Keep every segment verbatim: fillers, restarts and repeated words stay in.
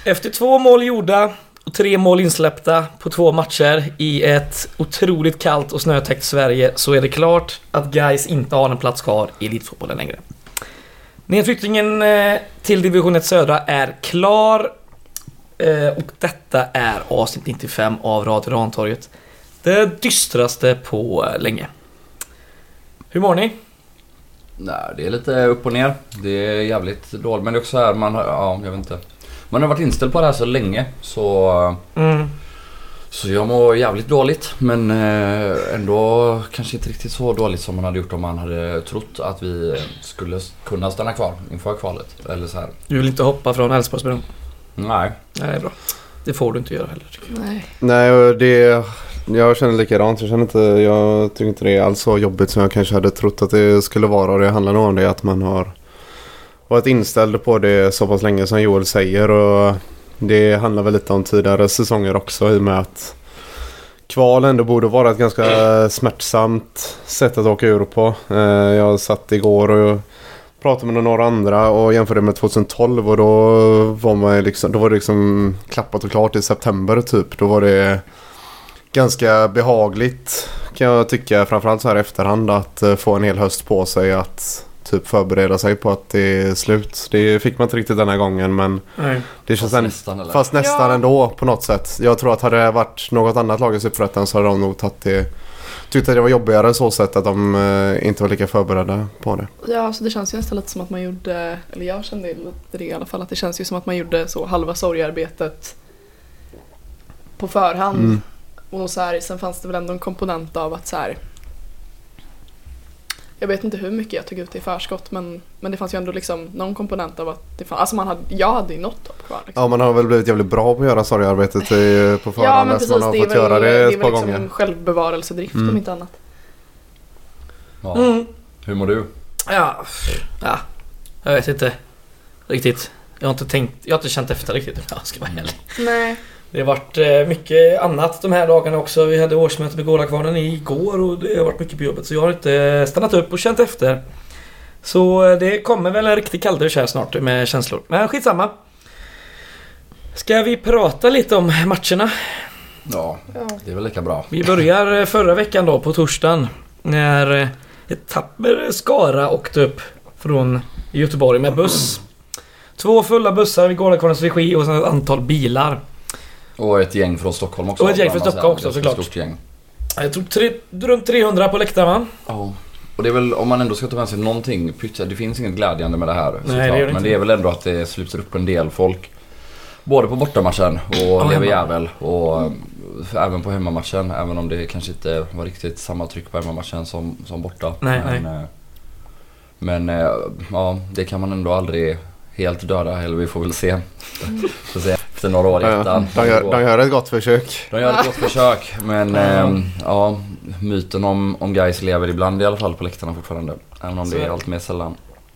Efter två mål gjorda och tre mål insläppta på två matcher i ett otroligt kallt och snötäckt Sverige så är det klart att Gais inte har en plats kvar i elitfotbollen längre. Nedflyttningen till division ett södra är klar och detta är avsnitt nittiofem av Radio Rantorget. Det dystraste på länge. Hur mår ni? Nej, det är lite upp och ner. Det är jävligt dåligt, men det är också här man har, ja, jag vet inte. Man har varit inställd på det här så länge så mm. så jag mår jävligt dåligt, men ändå kanske inte riktigt så dåligt som man hade gjort om man hade trott att vi skulle kunna stanna kvar inför kvalet eller så här. Du vill inte hoppa från Älvsborgsbron? Nej. Nej, det är bra. Det får du inte göra heller, tycker jag. Nej. Nej, det jag känner likadant. Jag känner inte jag tycker inte det är alls så jobbigt som jag kanske hade trott att det skulle vara, och det handlar nog om det att man har varit inställd på det så pass länge som Joel säger, och det handlar väl lite om tidigare säsonger också, i och med att kval ändå borde vara ett ganska smärtsamt sätt att åka ur på. Jag satt igår och pratade med några andra och jämförde med tjugohundratolv, och då var man liksom, då var det liksom klappat och klart i september typ. Då var det ganska behagligt, kan jag tycka, framförallt så här i efterhand, att få en hel höst på sig att typ förbereda sig på att det är slut. Det fick man inte riktigt den här gången, men Nej. det känns fast, en, nästan, eller? fast nästan ja. ändå på något sätt. Jag tror att hade det varit något annat lag i Superettan så hade de nog tagit det, tyckte att det var jobbigare så sätt att de eh, inte var lika förberedda på det. Ja, så det känns ju nästan lite som att man gjorde, eller jag kände lite det i alla fall, att det känns ju som att man gjorde så halva sorgarbetet på förhand. Mm. Och så här, sen fanns det väl ändå en komponent av att så här, jag vet inte hur mycket jag tog ut i förskott, men, men det fanns ju ändå liksom någon komponent av att det fanns, alltså man hade, jag hade ju något topp kvar. Liksom. Ja, man har väl blivit jävligt bra på att göra sorgarbetet i, på förhand. Ja, men precis, man har det är fått väl, göra det, det är ett par väl liksom gånger. en självbevarelsedrift mm. om inte annat. Ja. Mm. Hur mår du? Ja, ja, jag vet inte riktigt. Jag har inte tänkt, jag har inte känt efter riktigt, jag ska vara ärlig. Nej. Det har varit mycket annat de här dagarna också. Vi hade årsmöte med Gårdakvarnen igår och det har varit mycket på jobbet, så jag har inte stannat upp och känt efter. Så det kommer väl en riktig kalldusch här snart med känslor. Men skitsamma. Ska vi prata lite om matcherna? Ja, det är väl lika bra. Vi börjar förra veckan då på torsdagen, när ett tapper Skara åkte upp från Göteborg med buss. Två fulla bussar vid Gårdakvarnens regi och sen ett antal bilar. Och ett gäng från Stockholm också. Och ett gäng från Stockholm också, såklart. Gäng. Jag tror tre, runt trehundra på läktaren, va? Ja. Och det är väl, om man ändå ska ta med sig någonting, det finns inget glädjande med det här. Nej, det det men det är väl ändå att det sluter upp en del folk. Både på bortamatchen och oh, Lever Jävel och mm. även på hemmamatchen. Även om det kanske inte var riktigt samma tryck på hemmamatchen som, som borta. Nej, men nej. men ja, det kan man ändå aldrig helt döda. Eller vi får väl se. Mm. Får se. Efter några år i ettan. De gör, de gör ett gott försök. De gör ett gott försök. Men mm. eh, ja, myten om, om guys lever ibland i alla fall på läktarna fortfarande. Även om så det är allt mer sällan.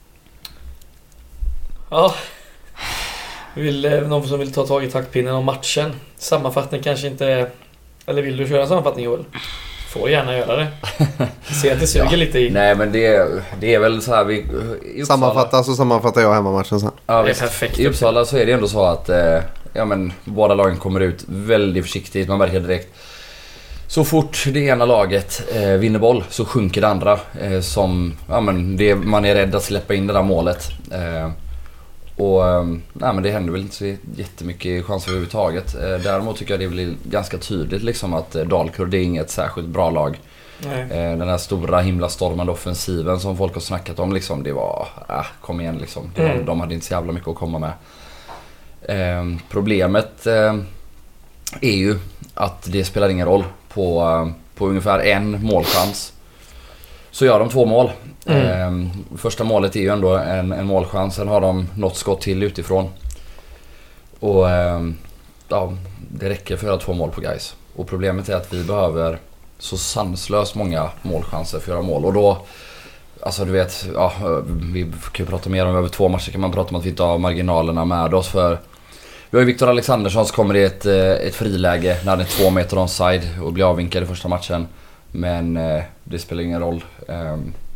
Ja. Vill någon som vill ta tag i taktpinnen om matchen? Sammanfattning kanske inte. Eller vill du köra en sammanfattning, Joel? Får gärna göra det. Se att det suger ja. lite i. Nej, men det, det är väl så här vi, sammanfattar så sammanfattar jag hemmamatchen sen. Ja, det är perfekt. I Uppsala så är det ändå så att eh, ja, men, båda lagen kommer ut väldigt försiktigt. Man märker direkt. Så fort det ena laget eh, vinner boll så sjunker det andra. Eh, som, ja, men det, man är rädd att släppa in det där målet. Eh, och eh, nej, men det händer väl inte så jättemycket chanser överhuvudtaget. Eh, däremot tycker jag det blir ganska tydligt liksom, att eh, Dalkurd är inget särskilt bra lag. Eh, den här stora himlastormande offensiven som folk har snackat om liksom, det var, äh, kom igen liksom. Det var, mm. De hade inte så jävla mycket att komma med. Eh, problemet eh, är ju att det spelar ingen roll. På, på ungefär en målchans så gör de två mål. Mm. eh, Första målet är ju ändå en, en målchans. Sen har de något skott till utifrån. Och eh, ja, det räcker för att göra två mål på guys. Och problemet är att vi behöver så sanslöst många målchanser för att göra mål. Och då, alltså du vet, ja, vi kan ju prata mer om över två matcher, kan man prata om att vi inte har marginalerna med oss. För vi har ju Viktor Alexandersson som kommer i ett, ett friläge när han är två meter onside och blir avvinkad i första matchen. Men eh, det spelar ingen roll. Eh,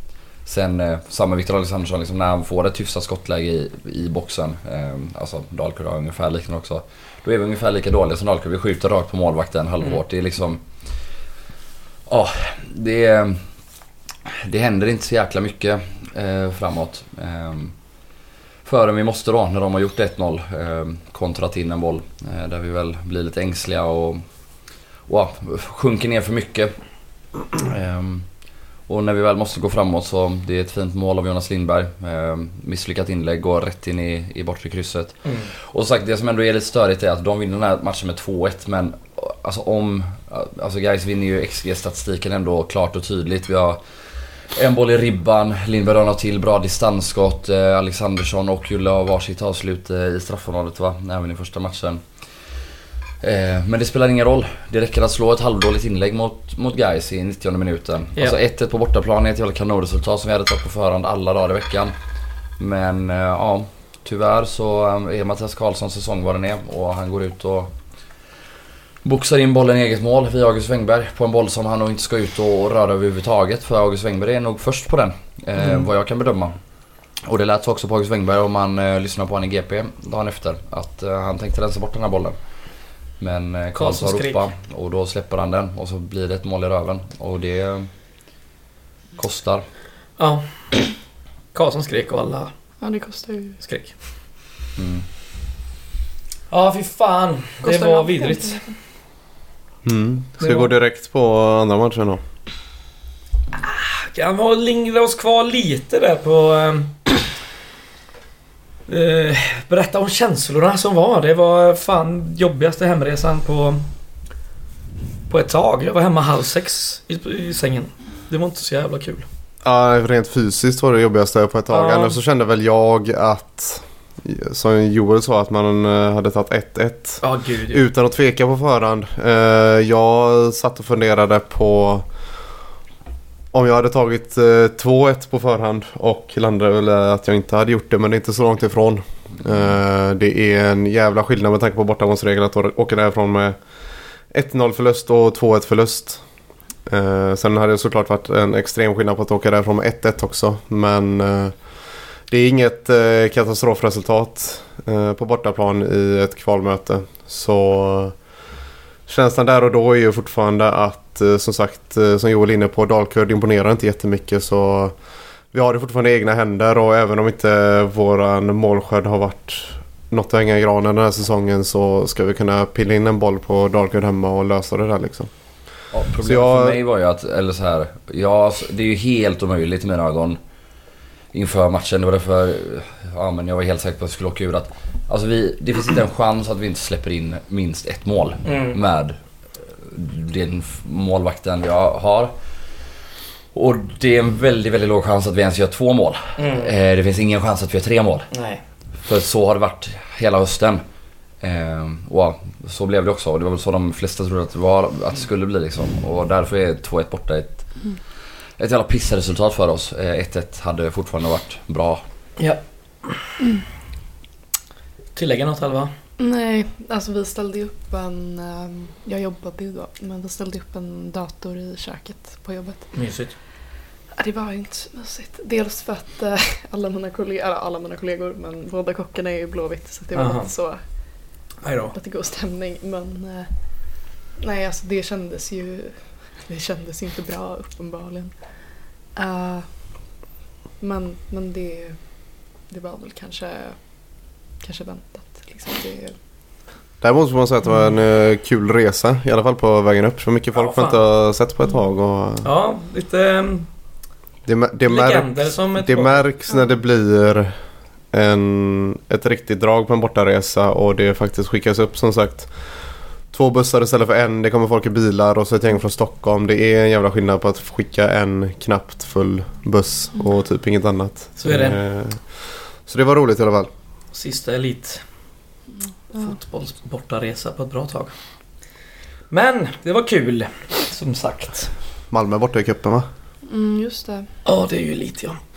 Sen eh, samma Victor Alexandersson liksom, när han får ett hyfsat skottläge i, i boxen, eh, alltså Dalkurd har ungefär liknande också, då är vi ungefär lika dåliga som Dalkurd. Vi skjuter rakt på målvakten halvhårt. Mm. Det är liksom ja, oh, det det händer inte så jäkla mycket eh, framåt eh, förrän vi måste då, när de har gjort ett noll, eh, kontrat in en boll eh, där vi väl blir lite ängsliga och, och sjunker ner för mycket. eh, Och när vi väl måste gå framåt så det är ett fint mål av Jonas Lindberg. Eh, misslyckat inlägg, går rätt in i, i bortre krysset. Mm. Och så sagt, det som ändå är lite störigt är att de vinner den här matchen med två ett. Men alltså om, alltså guys vinner ju X G-statistiken ändå klart och tydligt. Vi har en boll i ribban, Lindberg har till bra distansskott. Eh, Alexandersson och Julle har varsitt avslut eh, i straffområdet, va? Även i första matchen. Men det spelar ingen roll. Det räcker att slå ett halvdåligt inlägg mot, mot guys i nittionde minuten. Yeah. Alltså ett ett på bortaplan är ett jävla kanonresultat som vi hade tagit på förhand alla dagar i veckan. Men ja, tyvärr så är Mattias Karlssons säsong vad den är. Och han går ut och boxar in bollen i eget mål via August Wengberg på en boll som han nog inte ska ut och röra överhuvudtaget. För August Wengberg är nog först på den, mm. eh, vad jag kan bedöma. Och det lät så också på August Wengberg om man eh, lyssnar på han i G P dagen efter. Att eh, han tänkte rensa bort den här bollen. Men Karlsson ropar och då släpper han den och så blir det ett mål i röven och det kostar. Ja. Karlsson skrek och alla. Ja, det kostar ju. Skrek. Mm. Ja, fy fan. Det var vidrigt. Mm. Ska vi gå direkt på andra matchen då? Kan vi lingra oss kvar lite där på Uh, berätta om känslorna som var. Det var fan jobbigaste hemresan på på ett tag. Jag var hemma halv sex i, i sängen. Det var inte så jävla kul. Ja, rent fysiskt var det jobbigaste på ett tag. Ja. Annars så kände väl jag att, som Joel sa, att man hade tagit ett ett ja, gud, ja. Utan att tveka på förhand. uh, Jag satt och funderade på om jag hade tagit eh, två ett på förhand och landade väl att jag inte hade gjort det, men det är inte så långt ifrån. Eh, det är en jävla skillnad med tanke på bortagångsregeln att åka därifrån med ett noll förlust och två ett förlust. Eh, sen hade det såklart varit en extrem skillnad på att åka därifrån med ett ett också, men eh, det är inget eh, katastrofresultat eh, på bortaplan i ett kvalmöte. Så känslan där och då är ju fortfarande att, som sagt, som Joel är inne på, Dalkurd imponerar inte jättemycket, så vi har det fortfarande i egna händer, och även om inte våran målskörd har varit något att hänga i granen den här säsongen, så ska vi kunna pilla in en boll på Dalkurd hemma och lösa det där liksom. Ja, problemet jag... för mig var ju att, eller så här, ja, det är ju helt omöjligt i mina ögon inför matchen. Det var därför, ja, men jag var helt säker på att jag skulle åka ur att, alltså vi, det finns inte en chans att vi inte släpper in minst ett mål mm. med den målvakten vi har. Och det är en väldigt, väldigt låg chans att vi ens gör två mål. Mm. Eh, det finns ingen chans att vi gör tre mål. Nej. För så har det varit hela hösten. Eh, och så blev det också. Och det var väl så de flesta trodde att det, var, att det skulle bli liksom. Och därför är två ett borta ett, mm. ett jävla pissresultat för oss. Eh, ett ett hade fortfarande varit bra. Ja. Mm. Tillägga något, Alva? Nej, alltså vi ställde upp en, jag jobbade ju då, men vi ställde upp en dator i köket på jobbet. Mysigt. Ja, det var inte mysigt. Dels för att äh, alla mina kollegor, alla mina kollegor, men båda kockarna är ju blåvitt, så det var Aha. lite så, lite god stämning. Men äh, nej, alltså det kändes ju, det kändes inte bra uppenbarligen. Uh, men men det, det var väl kanske, kanske väntat. Liksom det... Däremot måste man säga att det var en uh, kul resa, i alla fall på vägen upp. Så mycket folk ja, man inte har sett på ett tag. Och... Ja, lite um, det, det, märks, som ett det märks när det blir en, ett riktigt drag på en bortaresa och det faktiskt skickas upp, som sagt, två bussar istället för en. Det kommer folk i bilar och så ett gäng från Stockholm. Det är en jävla skillnad på att skicka en knappt full buss och typ inget annat. Så är det. Så det var roligt i alla fall. Sista elit fotbolls bortaresa på ett bra tag. Men det var kul, som sagt. Malmö borta i cupen, va? Mm, just det. Ja, det är ju lite, ja.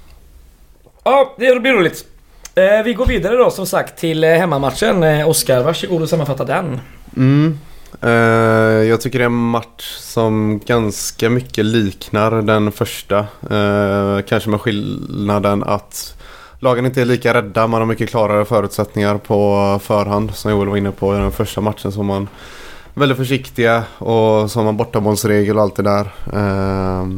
Ja, det blir roligt. Eh, vi går vidare då, som sagt, till hemmamatchen. Eh, Oskar, varsågod och sammanfatta den. Mm. Uh, jag tycker det är en match som ganska mycket liknar den första. Uh, kanske med skillnaden att lagen inte är lika rädda. Man har mycket klarare förutsättningar på förhand. Som Joel var inne på i den första matchen, som man väldigt försiktiga och som man bortamålsregel och allt det där. Uh,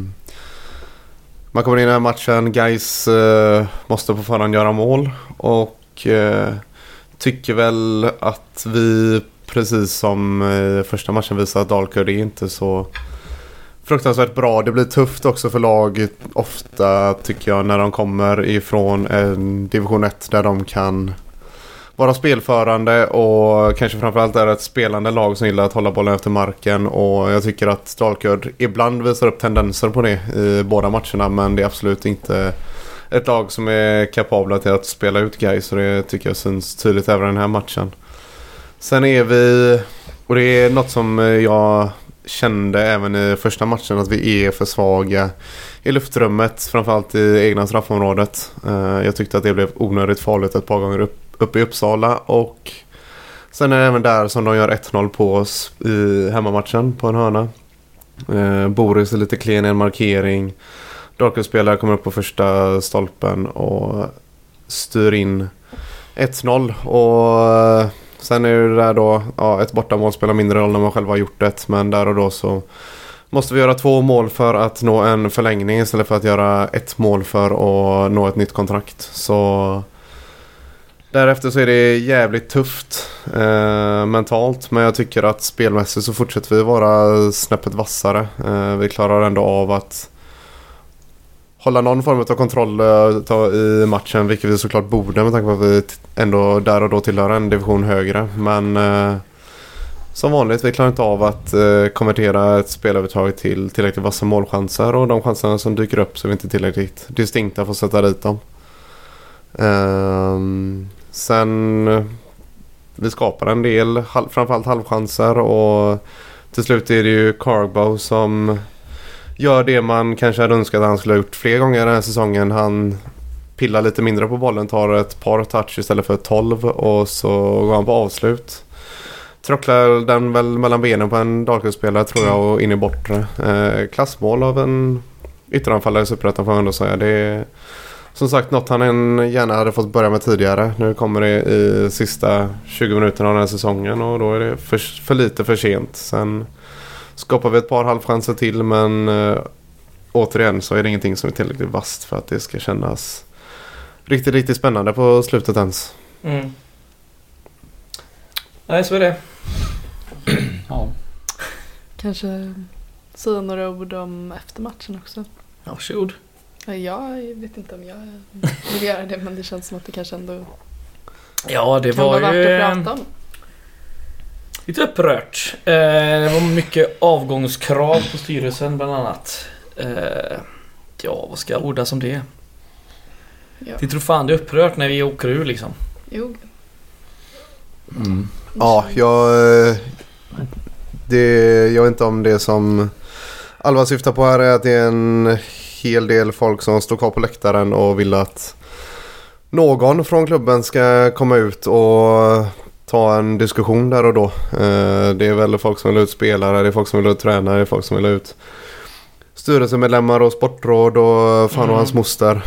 man kommer in i den här matchen. Guys uh, måste på förhand göra mål. Och uh, tycker väl att vi, precis som i första matchen, visar att Dalkurd är inte så fruktansvärt bra. Det blir tufft också för lag ofta, tycker jag, när de kommer ifrån en division ett där de kan vara spelförande och kanske framförallt är ett spelande lag som gillar att hålla bollen efter marken. Och jag tycker att Dalkurd ibland visar upp tendenser på det i båda matcherna, men det är absolut inte ett lag som är kapabla till att spela ut guys, så det tycker jag syns tydligt även i den här matchen. Sen är vi, och det är något som jag kände även i första matchen, att vi är för svaga i luftrummet, framförallt i egna straffområdet. Jag tyckte att det blev onödigt farligt ett par gånger upp, upp i Uppsala, och sen är det även där som de gör ett noll på oss i hemmamatchen på en hörna. Boris är lite klen i en markering. Dalkurd-spelare kommer upp på första stolpen och styr in ett noll, och sen är det där då, ja, ett bortamål spelar mindre roll när man själv har gjort det, men där och då så måste vi göra två mål för att nå en förlängning istället för att göra ett mål för att nå ett nytt kontrakt. Så därefter så är det jävligt tufft eh, mentalt, men jag tycker att spelmässigt så fortsätter vi vara snäppet vassare. Eh, vi klarar ändå av att hålla någon form av kontroll ta i matchen, vilket vi såklart borde med tanke på att vi ändå där och då tillhör en division högre. Men eh, som vanligt, vi klarar inte av att eh, konvertera ett spelövertag till tillräckligt vassa målchanser, och de chanserna som dyker upp så är vi inte tillräckligt distinkta för att sätta dit dem. Eh, sen vi skapar en del, halv, framförallt halvchanser, och till slut är det ju Cargbow som gör det man kanske hade önskat att han skulle ha gjort fler gånger den här säsongen. Han pillar lite mindre på bollen, tar ett par touch istället för tolv, och så går han på avslut. Trocklar den väl mellan benen på en Dalkurd-spelare, tror jag, och in i bortre. Eh, klassmål av en ytteranfallare i Superettan, får jag ändå säga. Det är som sagt något han än gärna hade fått börja med tidigare. Nu kommer det i sista tjugo minuterna av den här säsongen, och då är det för, för lite för sent. Sen skapar vi ett par halvchanser till, men äh, återigen så är det ingenting som är tillräckligt vast för att det ska kännas riktigt, riktigt spännande på slutet ens. Mm. Nej, så är det. Ja. Kanske säga några ord om eftermatchen också. Ja, varsågod. Jag vet inte om jag vill göra det, men det känns som att det kanske ändå Ja, det kan var vara ju värt att prata om. lite upprört. Eh, det var mycket avgångskrav på styrelsen bland annat. Eh, ja, vad ska jag orda som det? Ja. Det tror fan det är upprört när vi åker ur liksom. Jo. Mm. Ja, jag, det, jag vet inte om det som Alva syftar på här är att det är en hel del folk som står kvar på läktaren och vill att någon från klubben ska komma ut och ta en diskussion där och då. Det är väl folk som vill ut spelare, det är folk som vill ut tränare, det är folk som vill ut styrelsemedlemmar och sportråd och fan och hans moster.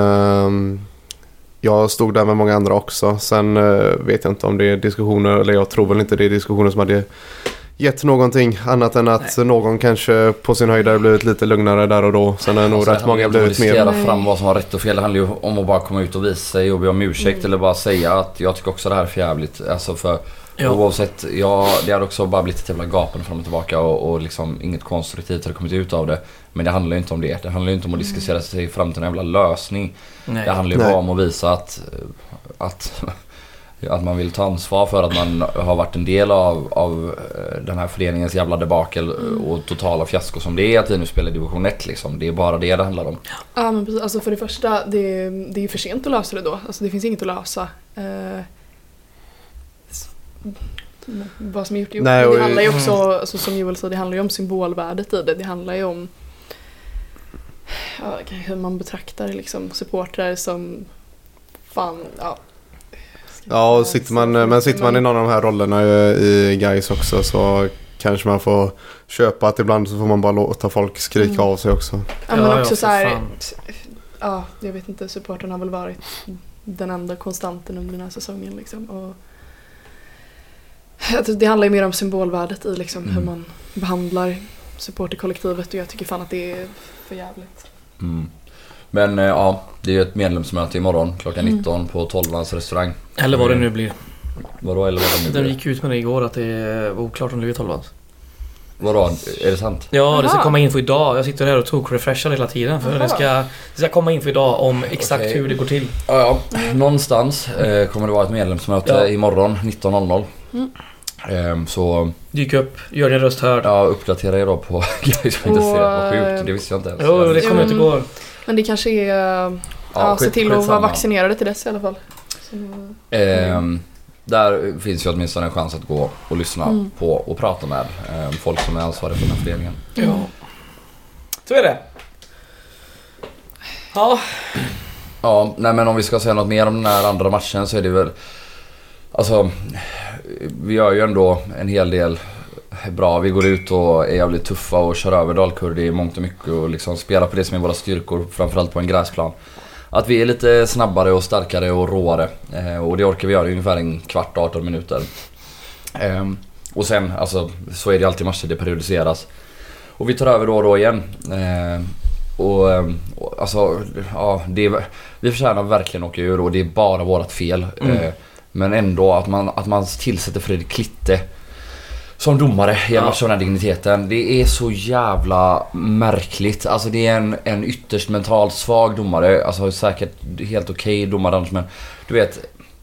Jag stod där med många andra också. Sen vet jag inte om det är diskussioner, eller jag tror väl inte det är diskussioner som hade gett någonting annat än att Nej. någon kanske på sin höjd hade blivit lite lugnare där och då. Sen är nog rätt många blivit mer. Det handlar fram vad som var rätt och fel. Det handlar ju om att bara komma ut och visa sig och be om ursäkt mm. eller bara säga att jag tycker också det här är för jävligt. Alltså för ja. oavsett, ja, det har också bara blivit ett jävla gapen fram och tillbaka och, och liksom inget konstruktivt har kommit ut av det. Men det handlar ju inte om det. Det handlar ju inte om att diskutera sig fram till en jävla lösning. Nej. Det handlar ju bara om att visa att att att man vill ta ansvar för att man har varit en del av, av den här föreningens jävla debakel och totala fiasko som det är att vi nu spelar division ett liksom. Det är bara det det handlar om. Ja, men precis. Alltså för det första, det, det är ju för sent att lösa det då. Alltså det finns inget att lösa. Eh, vad som är gjort, gjort. Nej, och det handlar ju också, alltså, som Joel sa, det handlar ju om symbolvärdet i det. Det handlar ju om ja, hur man betraktar liksom supportrar som fan, ja, Ja, och sitter man, men sitter man i någon av de här rollerna i Gais också så kanske man får köpa att ibland så får man bara låta folk skrika mm. av sig också. Ja, men ja, också ja, så här, ja, jag vet inte, supporten har väl varit den enda konstanten under den här säsongen liksom. Och det handlar ju mer om symbolvärdet i liksom mm. hur man behandlar supporterkollektivet och jag tycker fan att det är för jävligt. Mm. Men ja, det är ju ett medlemsmöte imorgon klockan nitton mm. på tolvans restaurang. Eller vad det nu blir. Vadå eller vad det nu blir? De gick ut med det igår att det var oklart om det blir tolvans. Vadå? Är det sant? Ja, Aha. det ska komma info idag. Jag sitter här och tog-refreshar hela tiden för det ska, det ska komma info idag om exakt okay. hur det går till. Ja, ja. Någonstans eh, kommer det vara ett medlemsmöte ja. imorgon nitton noll noll. Mm. Eh, så dyk upp, gör din röst hörd. Ja, uppdatera er då på Gais punkt se. Vad sjukt, det visste jag inte ens. Jo, det kommer inte gå. Men det kanske är ja, ja, se till att vara vaccinerade till dess i alla fall. Så, eh, där finns ju åtminstone en chans att gå och lyssna mm. på och prata med eh, folk som är ansvariga för den här föreningen. Ja. Så är det. Ja. Ja, nej men om vi ska säga något mer om den här andra matchen så är det väl alltså vi gör ju ändå en hel del bra. Vi går ut och är jävligt tuffa och kör över Dalkurd i mångt och mycket och liksom spelar på det som är våra styrkor, framförallt på en gräsplan. Att vi är lite snabbare och starkare och råare eh, och det orkar vi göra i ungefär en kvart, arton minuter. Eh, och sen, alltså, så är det alltid matcher, det periodiseras. Och vi tar över då och då igen. Eh, och, och alltså, ja, det är, vi förtjänar verkligen åka ur och det är bara vårat fel. Mm. Eh, men ändå att man, att man tillsätter Fredrik Klitte som domare i en match av den här digniteten. Det är så jävla märkligt. Alltså det är en, en ytterst mentalt svag domare. Alltså säkert helt okej okay domare, men du vet,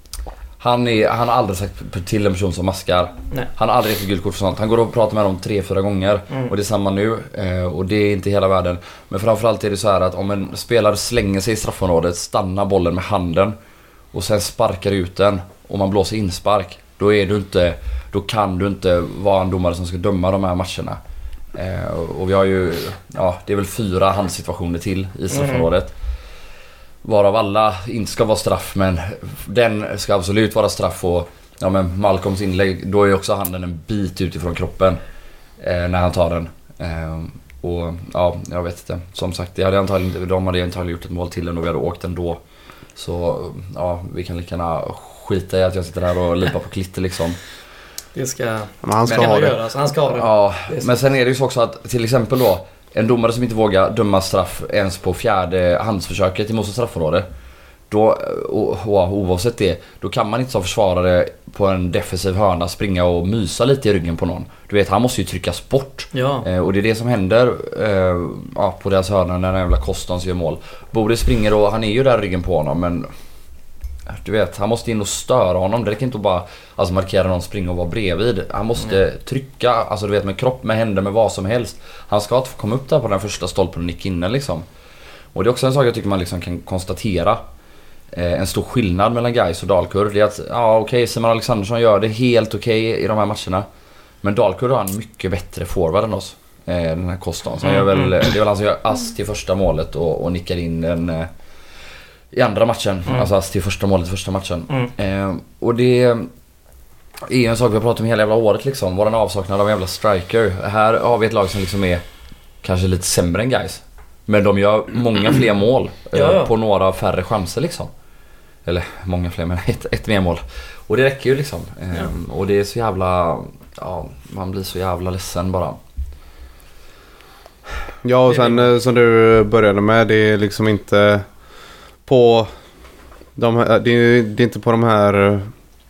han, är, han har aldrig sagt till en person som maskar. Nej. Han har aldrig gett gult kort för sånt. Han går och pratar med dem tre, fyra gånger. Mm. Och det är samma nu. Eh, och det är inte hela världen. Men framförallt är det så här att om en spelare slänger sig i straffområdet, stannar bollen med handen och sen sparkar ut den och man blåser inspark, då är du inte, då kan du inte vara en domare som ska döma de här matcherna. Eh, och vi har ju, ja, det är väl fyra handsituationer till i straffområdet. Mm. Varav alla inte ska vara straff, men den ska absolut vara straff. Och ja, men Malcolms inlägg, då är också handen en bit utifrån kroppen eh, när han tar den. Eh, och ja, jag vet inte. Som sagt, det hade antagligen, de hade antagligen gjort ett mål till och vi hade åkt ändå. Så ja, vi kan lika gärna skita i att jag sitter här och lipar på Klitte liksom. Det ska, men han ska men ha det. Göra, så han ska ha det. Ja, det men sen är det ju så också att till exempel då en domare som inte vågar döma straff ens på fjärde handsförsöket i mot straffområde, då, och, och, oavsett det, då kan man inte som försvarare på en defensiv hörna springa och mysa lite i ryggen på någon. Du vet, han måste ju tryckas bort. Ja. Eh, och det är det som händer eh, ja, på deras hörna när den jävla Kostons gör mål. Borde springer och han är ju där ryggen på honom, men du vet, han måste in och störa honom. Det räcker inte att bara alltså, markera någon, springa och vara bredvid. Han måste mm. trycka, alltså du vet, med kropp, med händer, med vad som helst. Han ska inte få komma upp där på den första stolpen och nicka inne liksom. Och det är också en sak jag tycker man liksom kan konstatera. Eh, en stor skillnad mellan Gais och Dalkurd. Det är att, ja okej, okay, Simon Alexandersson gör det helt okej okay i de här matcherna. Men Dalkurd har en mycket bättre forward än oss. Eh, den här Koston. Så han gör väl, det är väl han som gör ass till första målet och, och nickar in den eh, i andra matchen. Mm. Alltså ass till första målet i första matchen. Mm. Eh, och det är en sak vi har pratat om hela jävla året liksom. Våran avsaknad av en jävla striker. Här har vi ett lag som liksom är kanske lite sämre än Gais. Men de gör många fler mål eh, ja, ja. på några färre chanser liksom. Eller många fler, men ett, ett mer mål. Och det räcker ju liksom. Eh, ja. Och det är så jävla, ja, man blir så jävla ledsen bara. Ja, och sen som du började med, det är liksom inte på de här, det är, det är inte på de här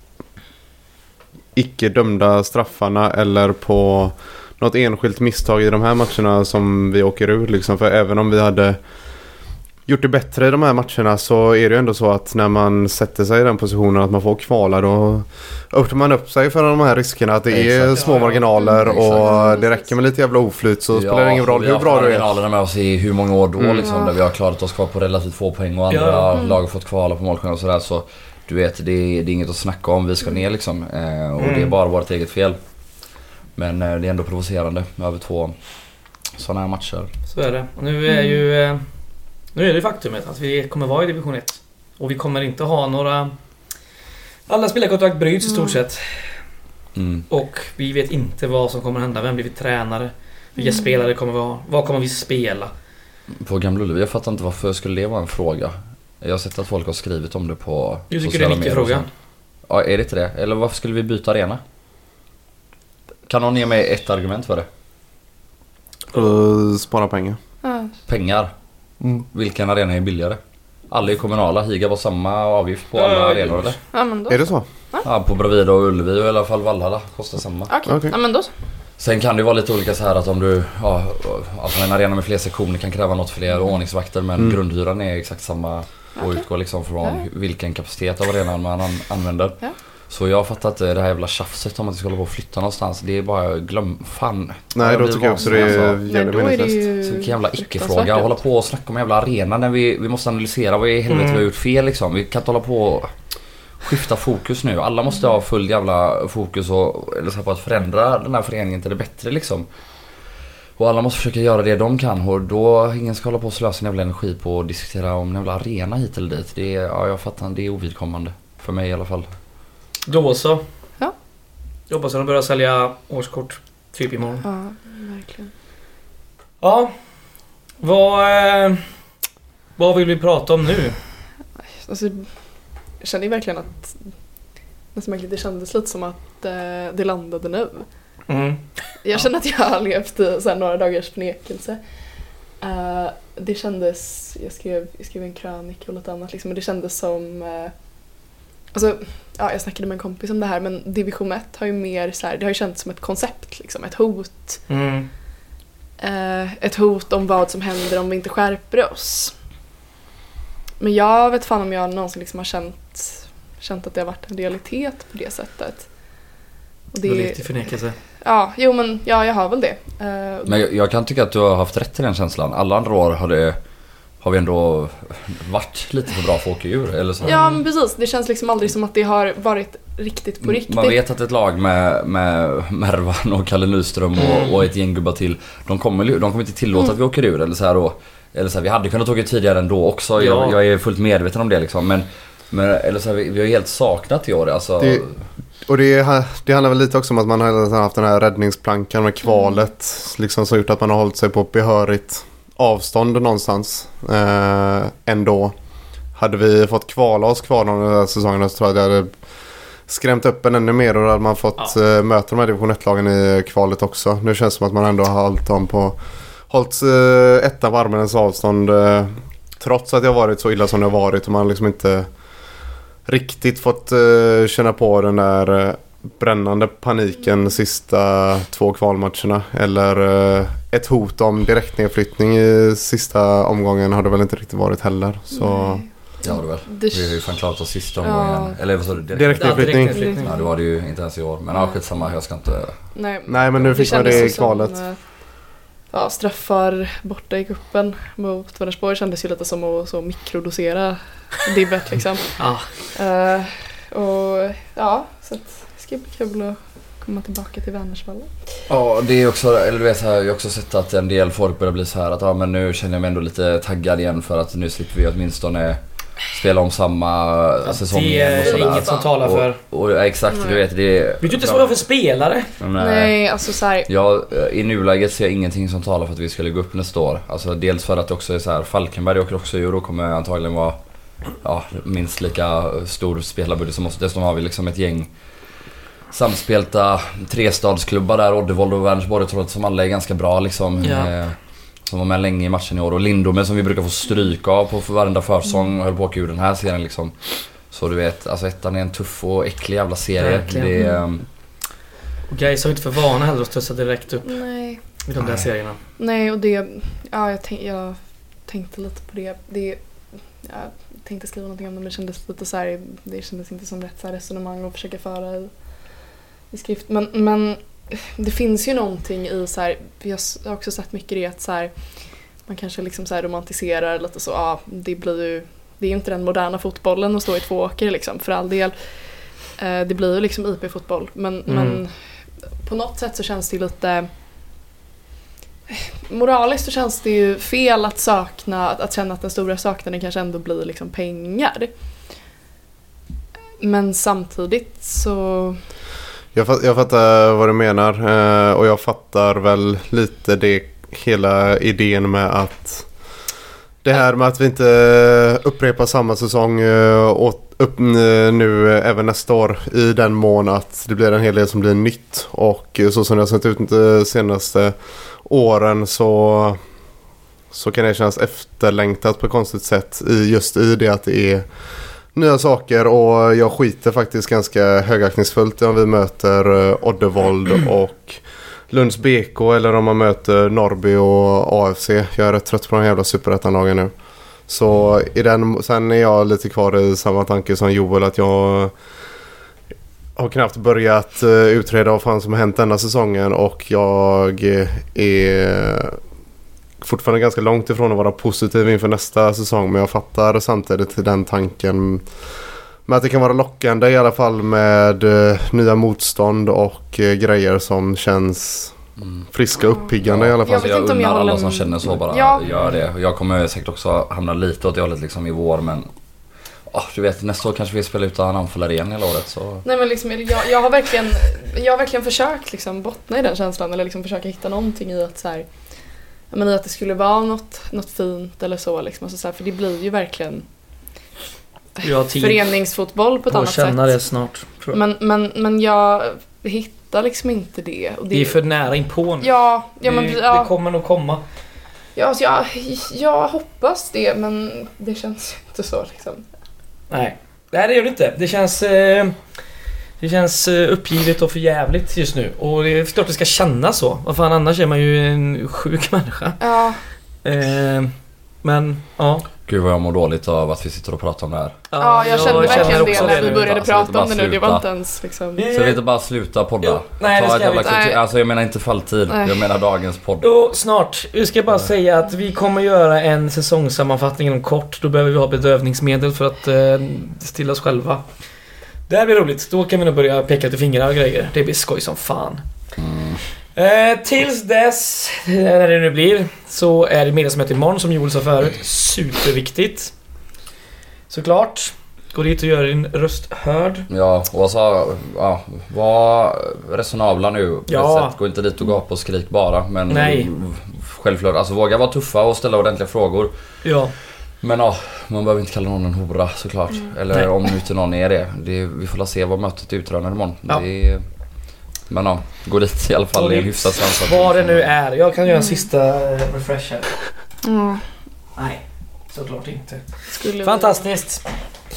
icke dömda straffarna eller på något enskilt misstag i de här matcherna som vi åker ur liksom. För även om vi hade gjort det bättre i de här matcherna så är det ju ändå så att när man sätter sig i den positionen att man får kvala, då öppnar man upp sig för de här riskerna att det är exakt, små ja, marginaler ja, och det räcker med lite jävla oflyt så ja, spelar det ingen roll hur bra du är. Marginalerna med oss i hur många år då mm. liksom, där vi har klarat oss kvar på relativt få poäng och andra ja. mm. lag har fått kvala på målskillnad och sådär, så du vet, det är, det är inget att snacka om, vi ska ner liksom eh, och mm. det är bara vårt eget fel. Men eh, det är ändå provocerande över två sådana här matcher. Så är det. Och nu är ju eh, nu är det faktumet att vi kommer vara i division ett och vi kommer inte ha några Alla spelarkontrakt bryts i stort Mm. sett. Mm. Och vi vet inte vad som kommer hända. Vem blir vi tränare? Vilka Mm. spelare kommer vi ha? Vad kommer vi spela? På Gamla Ullevi, jag fattar inte varför skulle det vara en fråga. Jag har sett att folk har skrivit om det på Du tycker sociala det är en medier och icke-fråga? sånt. Ja, är det inte det? Eller varför skulle vi byta arena? Kan någon ge mig ett argument för det? Och spara pengar. Ja. Pengar. Mm. Vilken arena är billigare? Alla är kommunala. Higa var samma avgift på alla Ja, arenor eller? Ja, men då. Är det så? Ja, på Bravida och Ullevi och i alla fall Vallhalla kostar samma. Okej, Okej. ja, men då så. Sen kan det vara lite olika så här att om du, ja, alltså en arena med fler sektioner kan kräva något fler ordningsvakter, men Mm. grundhyran är exakt samma och Okej. utgår liksom från Ja. vilken kapacitet av arenan man an- använder. Ja. Så jag fattar inte det här jävla tjafset om att vi ska hålla på och flytta någonstans. Det är bara glöm, fan. Nej, Jag då blir tycker jag också det vansinnig, är alltså. Nej, jävligt då är det meningslöst. ju Så vilken jävla fruktansvärt icke-fråga. ut. Hålla på och snacka om jävla arena när vi, vi måste analysera vad i helvete Mm. vi har gjort fel liksom. Vi kan inte hålla på och skifta fokus nu. Alla måste ha full jävla fokus och, eller så här, på att förändra den här föreningen till det bättre liksom. Och alla måste försöka göra det de kan och då ingen ska hålla på och slösa sin jävla energi på att diskutera om en jävla arena hit eller dit. Det är, ja, jag fattar, det är ovidkommande. För mig i alla fall. Då så. Ja. Jag hoppas att de börjar sälja årskort typ imorgon. Ja, verkligen. Ja. Vad, eh, vad vill vi prata om nu? Alltså, jag kände ju verkligen att nästan märkligt, det kändes lite som att eh, det landade nu. Mm. Jag känner att jag har levt i så här, några dagars förnekelse. Eh, det kändes, jag skrev, jag skrev en krönika och lite annat liksom, och det kändes som eh, alltså, ja, jag snackade med en kompis om det här, men division ett har ju mer så här, det har ju känts som ett koncept liksom, ett hot. Mm. Eh, ett hot om vad som händer om vi inte skärper oss. Men jag vet fan om jag någonsin liksom har känt, känt att det har varit en realitet på det sättet. Och Det är det, lite förnekelse. ja, jo men ja, jag har väl det. Eh, Men jag, jag kan tycka att du har haft rätt i den känslan. Alla andra år har, det, har vi ändå varit lite för bra för att åka ur. Eller så. ja, men precis. Det känns liksom aldrig som att det har varit riktigt på riktigt. Man vet att ett lag med, med Mervan och Kalle Nyström och, Mm. och ett gäng gubbar till, de kommer, ju- de kommer inte tillåta Mm. att vi åker ur. Eller så här, och, eller så här, vi hade kunnat åka tidigare ändå också. Ja. Jag, jag är fullt medveten om det liksom. Men, men eller så här, vi, vi har helt saknat i år. Alltså, Det- Och det, det handlar väl lite också om att man har haft den här räddningsplankan med kvalet. Liksom, som gjort att man har hållit sig på behörigt avstånd någonstans. Eh, ändå. Hade vi fått kvala oss kvar den här säsongen så tror jag att det hade skrämt upp en ännu mer. Och då hade man fått Ja. eh, möta de här division ett-lagen i kvalet också. Nu känns det som att man ändå har hållit dem på hållit eh, ettan på armens avstånd. Eh, trots att det har varit så illa som det har varit. Och man har liksom inte riktigt fått uh, känna på den där uh, brännande paniken de sista två kvalmatcherna. Eller uh, ett hot om direktnedflyttning i sista omgången har det väl inte riktigt varit heller. Så Nej. det har det väl. Det- Vi har ju fan klarat oss sista Ja. omgången. Eller vad sa du? Direkt? direktnedflyttning. Ja, direkt- Ja, det var det ju inte ens i år. Men ja, skitsamma, jag ska inte... Nej, Nej, men nu fick man kändes det i ju som, kvalet. eh, ja, straffar borta i kuppen mot Vänersborg kändes ju lite som att så mikrodosera dibbet liksom. Ja. Eh, och ja, så att det ska bli kul att komma tillbaka till Vänersvallen. Ja, det är också, eller du vet så här, jag har också sett att en del folk börjar bli så här att ja, men nu känner jag mig ändå lite taggad igen för att nu slipper vi åtminstone spela om samma säsong Det igen och är sådär. inget som talar för. Och, och ja, exakt, du vet det. Vet du inte vad det var för spelare? Men, Nej, alltså så här, Ja, i nuläget ser jag ingenting som talar för att vi skulle gå upp nästa år. Alltså dels för att det också är så här, Falkenberg åker också ur och då kommer antagligen vara ja, minst lika stor spelarbudget som oss. Dessutom har vi liksom ett gäng samspelta trestadsklubbar där, Oddevold och Vänersborg, jag tror att som alla är ganska bra liksom. Ja. Eh, som var med länge i matchen i år och Lindome som vi brukar få stryka av på för varenda försång och höll på att åka ur den här serien liksom. Så du vet, alltså ettan är en tuff och äcklig jävla serie. Verkligen. Det är, um, Och guys har inte för vana heller att studsa direkt upp nej. i de där Nej. serierna. Nej, och det, ja, jag, tänk, jag tänkte lite på det. det jag tänkte skriva någonting om det, men det kändes lite så här, det kändes inte som rätt så här resonemang att försöka föra i, i skrift. Men, men det finns ju någonting i så här, jag har också sett mycket det att så här, man kanske liksom så här romantiserar lite så, ja, det blir ju, det är ju inte den moderna fotbollen att stå i två åker liksom, för all del. Eh, det blir ju liksom I P-fotboll, men, Mm. men på något sätt så känns det lite moraliskt så känns det ju fel att sakna, att, att känna att den stora saknaden kanske ändå blir liksom pengar. Men samtidigt så... Jag, fatt, jag fattar vad du menar eh, och jag fattar väl lite det hela idén med att det här med att vi inte upprepar samma säsong eh, och upp, nu eh, även nästa år i den mån att det blir en hel del som blir nytt och eh, så som det har sett ut de senaste åren så, så kan det kännas efterlängtat på ett konstigt sätt i, just i det att det är nya saker och jag skiter faktiskt ganska högaktningsfullt om vi möter uh, Oddevold och Lunds B K eller om man möter Norrby och A F C. Jag är rätt trött på de jävla superettanlagen nu. Så i den, sen är jag lite kvar i samma tanke som Joel att jag har knappt börjat uh, utreda vad fan som har hänt denna säsongen och jag är fortfarande ganska långt ifrån att vara positiv inför nästa säsong men jag fattar samtidigt den tanken med att det kan vara lockande i alla fall med uh, nya motstånd och uh, grejer som känns mm. friska och uppiggande ja. i alla fall. Jag vet jag inte om jag undrar alla håller... som känner så bara ja. gör det. Jag kommer säkert också hamna lite åt det hållet liksom i vår men oh, du vet nästa år kanske vi spelar utan anfallare igen hela året så... Nej men liksom jag, jag har verkligen jag har verkligen försökt liksom bottna i den känslan eller liksom försöka hitta någonting i att så här jag menar att det skulle vara något, något fint eller så liksom. Alltså så här, för det blir ju verkligen föreningsfotboll på ett annat sätt. Jag känner det snart, tror jag. Men, men, men jag hittar liksom inte det. Och det, det är för nära inpå nu. Ja, ja, men, det, ja. det kommer nog komma. Ja, alltså jag, jag hoppas det, men det känns inte så liksom. Nej, Nej det gör det inte. Det känns... Eh... Det känns uppgivet och förjävligt just nu. Och det är klart det ska kännas så. Vad fan, annars är man ju en sjuk människa. Ja. Eh, men, ja. Gud vad jag mår dåligt av att vi sitter och pratar om det här. Ja, ja jag kände jag verkligen det det när vi började alltså, prata om det nu. sluta. Det var inte ens liksom... Så vi inte bara sluta podda. Jo, nej, det ska vi inte. kultur... Alltså jag menar inte falltid. Nej. Jag menar dagens podd. Jo, snart. Jag ska bara nej. säga att vi kommer göra en säsongssammanfattning inom kort. Då behöver vi ha bedövningsmedel för att eh, stilla oss själva. Det här blir roligt. Då kan vi nog börja peka till fingrar och grejer. Det blir skoj som fan. Mm. Eh, tills dess, när det nu blir, så är det medlemsmöte imorgon som Joel sa förut. Superviktigt. Såklart. Gå dit och gör din röst hörd. Ja, och så ja, var resonabla nu. Ja. Gå inte dit och gapa och skrik bara. Men nej. Självklart, alltså våga vara tuffa och ställa ordentliga frågor. Ja. Men ja, man behöver inte kalla någon en hora såklart. Mm. Eller nej. Om inte någon är det. det vi får se vad mötet utrönar imorgon. Ja. Det är, men ja, gå dit i alla fall. Det är en hyfsat svensk. Vad det nu är. Jag kan göra en sista refresh här. Mm. Nej, såklart inte. Skulle fantastiskt.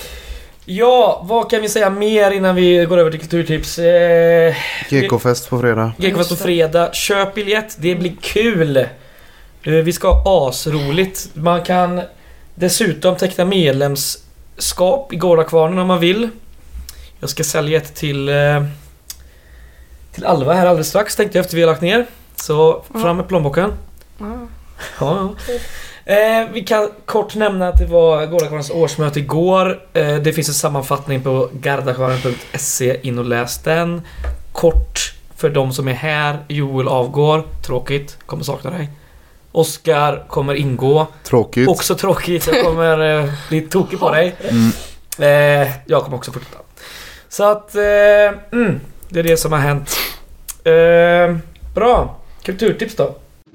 Ja, vad kan vi säga mer innan vi går över till kulturtips? Eh, G K-fest på fredag. G K-fest på fredag. Köp biljett, det blir kul. Eh, vi ska ha asroligt. Man kan dessutom teckna medlemskap i Gårdakvarnen om man vill. Jag ska sälja ett till eh, till Alva här alldeles strax, tänkte jag efter vi har lagt ner. Så fram med plånboken. Mm. Ja, ja. Eh, vi kan kort nämna att det var Gårdakvarnens årsmöte igår. eh, Det finns en sammanfattning på gardakvarnen punkt se. In och läs den. Kort för de som är här. Joel avgår, tråkigt, kommer sakna dig. Oskar kommer ingå. Tråkigt. Också tråkigt, jag kommer eh, bli tokig på dig. Mm. eh, Jag kommer också fortsätta. Så att eh, mm, det är det som har hänt. eh, Bra, kulturtips då.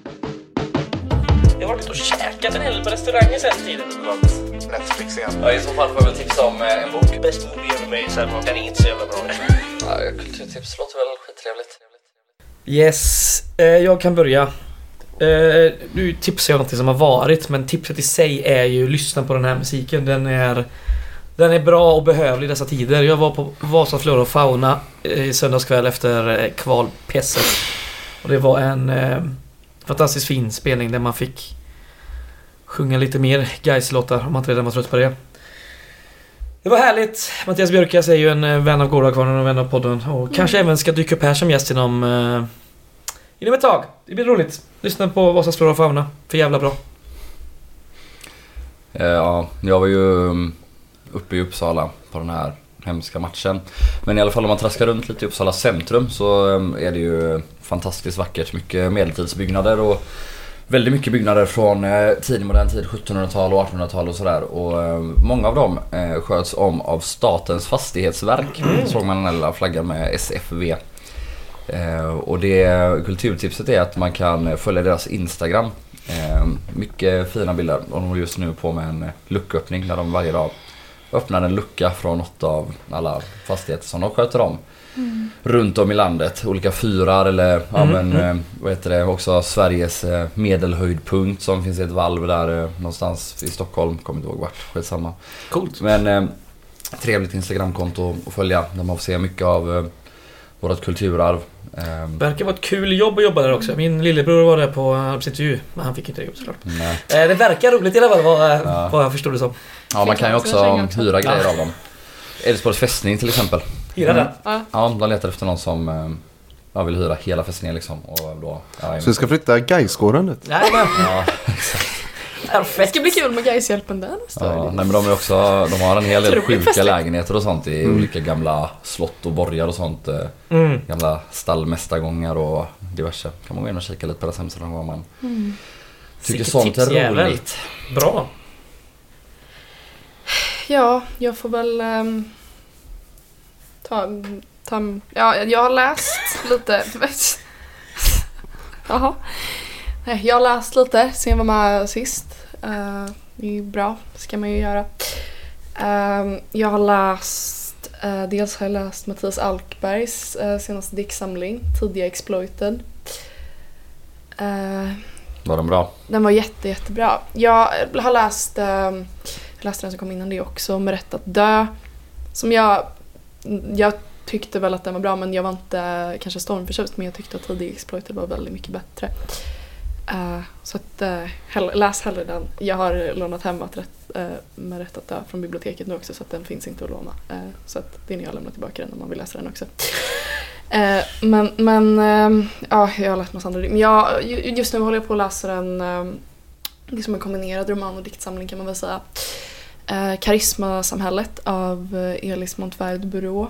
Jag har varit och käkat en hel del på restauranger sen tiden. Netflix igen. Ja, i så fall får jag väl tipsa om en bok. Bäst movie ever made, så den är inte så jävla bra. Ja, kulturtips låter väl skittrevligt. Yes, eh, jag kan börja. eh, Nu tipsar jag något som har varit. Men tipset i sig är ju lyssna på den här musiken. Den är Den är bra och behövlig i dessa tider. Jag var på Vasa Flora och Fauna i söndagskväll efter kvalpesset. Och det var en eh, fantastiskt fin spelning där man fick sjunga lite mer Gais-låtar om man inte redan var trött på det. Det var härligt. Mattias Björkas är ju en vän av Gårdakvarnen och vän av podden. Och mm. kanske även ska dyka upp här som gäst inom, eh, inom ett tag. Det blir roligt. Lyssna på Vasa Flora och Fauna. För jävla bra. Ja, jag var ju uppe i Uppsala på den här hemska matchen. Men i alla fall om man traskar runt lite i Uppsala centrum så är det ju fantastiskt vackert. Mycket medeltidsbyggnader och väldigt mycket byggnader från eh, tidig modern tid, sjuttonhundratal och artonhundratal och sådär. Och eh, många av dem eh, sköts om av Statens fastighetsverk. Mm. Såg man den lilla flaggan med S F V. Eh, och det kulturtipset är att man kan följa deras Instagram. Eh, mycket fina bilder. Och de håller just nu på med en lucköppning där de varje dag öppnar en lucka från något av alla fastigheter som de sköter om. Mm. Runt om i landet, olika fyrar eller mm. ja, men, mm. vad heter det, också Sveriges medelhöjdpunkt som finns i ett valv där någonstans i Stockholm, kommer inte ihåg vart, skitsamma. Coolt. Men eh, trevligt Instagramkonto att följa där man får se mycket av eh, vårt kulturarv. Eh, Verkar vara ett kul jobb att jobba där också. Min lillebror var där på arbetsintervju, men han fick inte det såklart. Nej. Eh, det verkar roligt i alla fall vad, ja. vad jag förstod det som. Ja, man kan ju också hyra grejer ja. av dem. Älvsborgs fästning till exempel. Hyra den? Mm. Ja, de letar efter någon som ja, vill hyra hela fästningen liksom. Och då, ja, så du ska flytta Gaisgården dit? Nej, men... ja, exakt. Det ska bli kul med Gaishjälpen där nästa ja, nej, men de är också, de har en hel del sjuka lägenheter och sånt i mm. olika gamla slott och borgar och sånt. Mm. Gamla stallmästargångar och diverse. Kan man gå in och kika lite på det hemsidan någon gång man mm. tycker Sikke sånt är roligt. Bra. Ja, jag får väl um, ta, ta... Ja, jag har läst lite... Jaha. Jag har läst lite sen jag var med sist. Uh, det är bra, det ska man ju göra. Uh, jag har läst... Uh, dels har jag läst Mattias Alkbergs uh, senaste diktsamling, Tidiga Exploited. Uh, var den bra? Den var jätte, jättebra. Jag har läst... Uh, Jag läste den som kom innan det också, Med rätt att dö. Som jag... Jag tyckte väl att den var bra, men jag var inte kanske stormförtjust. Men jag tyckte att Tidig Exploited var väldigt mycket bättre. Uh, så att, uh, hell- läs hellre den. Jag har lånat hem att rätt, uh, Med rätt att dö från biblioteket nu också. Så att den finns inte att låna. Uh, så att det är när jag lämnar tillbaka den om man vill läsa den också. Uh, men men uh, ja, jag har läst massa andra. Men jag, just nu håller jag på att läsa en... Uh, liksom en kombinerad roman och diktsamling kan man väl säga. Eh, Karismasamhället av eh, Elis Montverde Burå.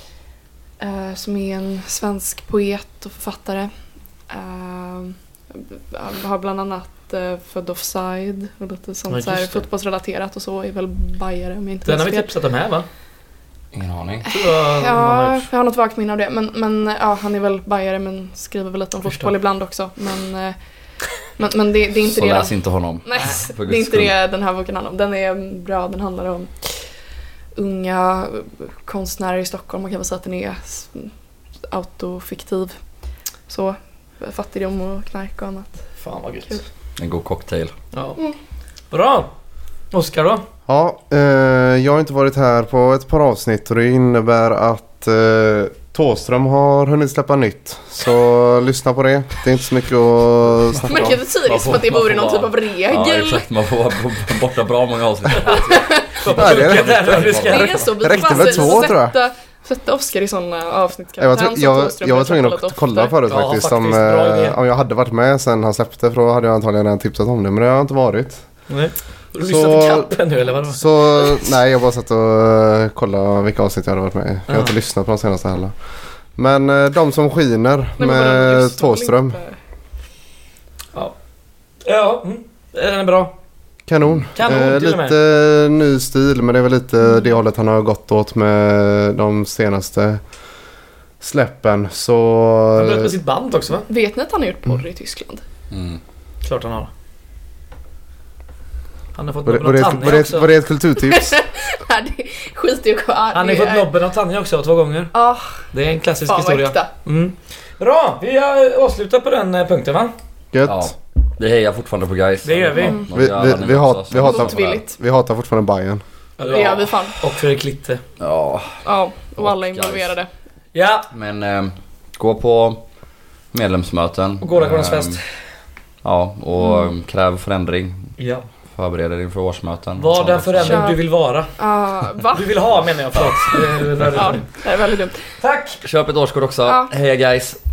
Eh, som är en svensk poet och författare. Eh, har bland annat eh, Född Offside och lite sånt ja, så här, fotbollsrelaterat och så är väl bajare om jag inte den har vi tipsat om här va? Ingen aning. Ja, jag har något vagt minne av det. Men, men ja, han är väl bajare men skriver väl lite om fotboll ibland också. Men... Eh, Men, men det, det är inte så det läs den, inte honom. Nej, det är inte det den här boken handlar om. Den är bra, den handlar om unga konstnärer i Stockholm. Man kan väl säga att den är autofiktiv. Så, fattigdom och knark och annat. Fan vad gött. Kul. En god cocktail. Ja. Mm. Bra. Oskar då? Ja, eh, jag har inte varit här på ett par avsnitt och det innebär att eh, Thåström har hunnit släppa nytt. Så lyssna på det. Det är inte så mycket att snacka om. Men det är tydligt som att det vore någon typ av regel. Ja, exakt. Man får vara borta bra många avsnitt. Nej, det är det är så. Vi räckte med två, tror jag. Sätta, sätta Oskar i sådana avsnitt. Jag var, tv- jag, jag var tvungen att kolla förut ja, faktiskt. Om, eh, om jag hade varit med sen han släppte. För då hade jag antagligen redan tipsat om det. Men det har jag inte varit. Nej. Du lyssnade till kappen nu eller vad? Så, nej, jag bara satt och uh, kollade vilka avsnitt jag hade varit med i. Jag har inte lyssnat på de senaste heller. Men uh, de som skiner nej, med Thåström. Ja. Ja, mm. Den är bra. Kanon. Kanon uh, lite uh, ny stil, men det är väl lite mm. det hållet han har gått åt med de senaste släppen. Så... Han har börjat med sitt band också, va? Vet ni att han har gjort porr mm. i Tyskland? Mm. Klart han har. Han har fått var det, nobben av Tanja också. Var det ett kulturtips? Nej, det skit i kvar. Han har fått nobben av Tanja också två gånger. Oh, det är en klassisk historia. Mm. Bra, vi har avslutat på den punkten va? Gött. Ja, vi hejar fortfarande på guys. Det gör vi. Mm. Vi, vi, vi, hat, vi, hatar, vi hatar fortfarande Bayern. Ja, det gör vi fan. Och Fredrik Litte. Ja. Ja, och, och alla involverade. Ja. Men eh, gå på medlemsmöten. Och Gårdagårdens fest. Eh, ja, och mm. kräv förändring. Ja. Förbereder inför årsmöten. Vad den förändring du vill vara. Uh, va? Du vill ha menar jag, förlåt. Det är väldigt, ja, det är väldigt dumt. Tack! Köp ett årskort också. Ja. Heja guys.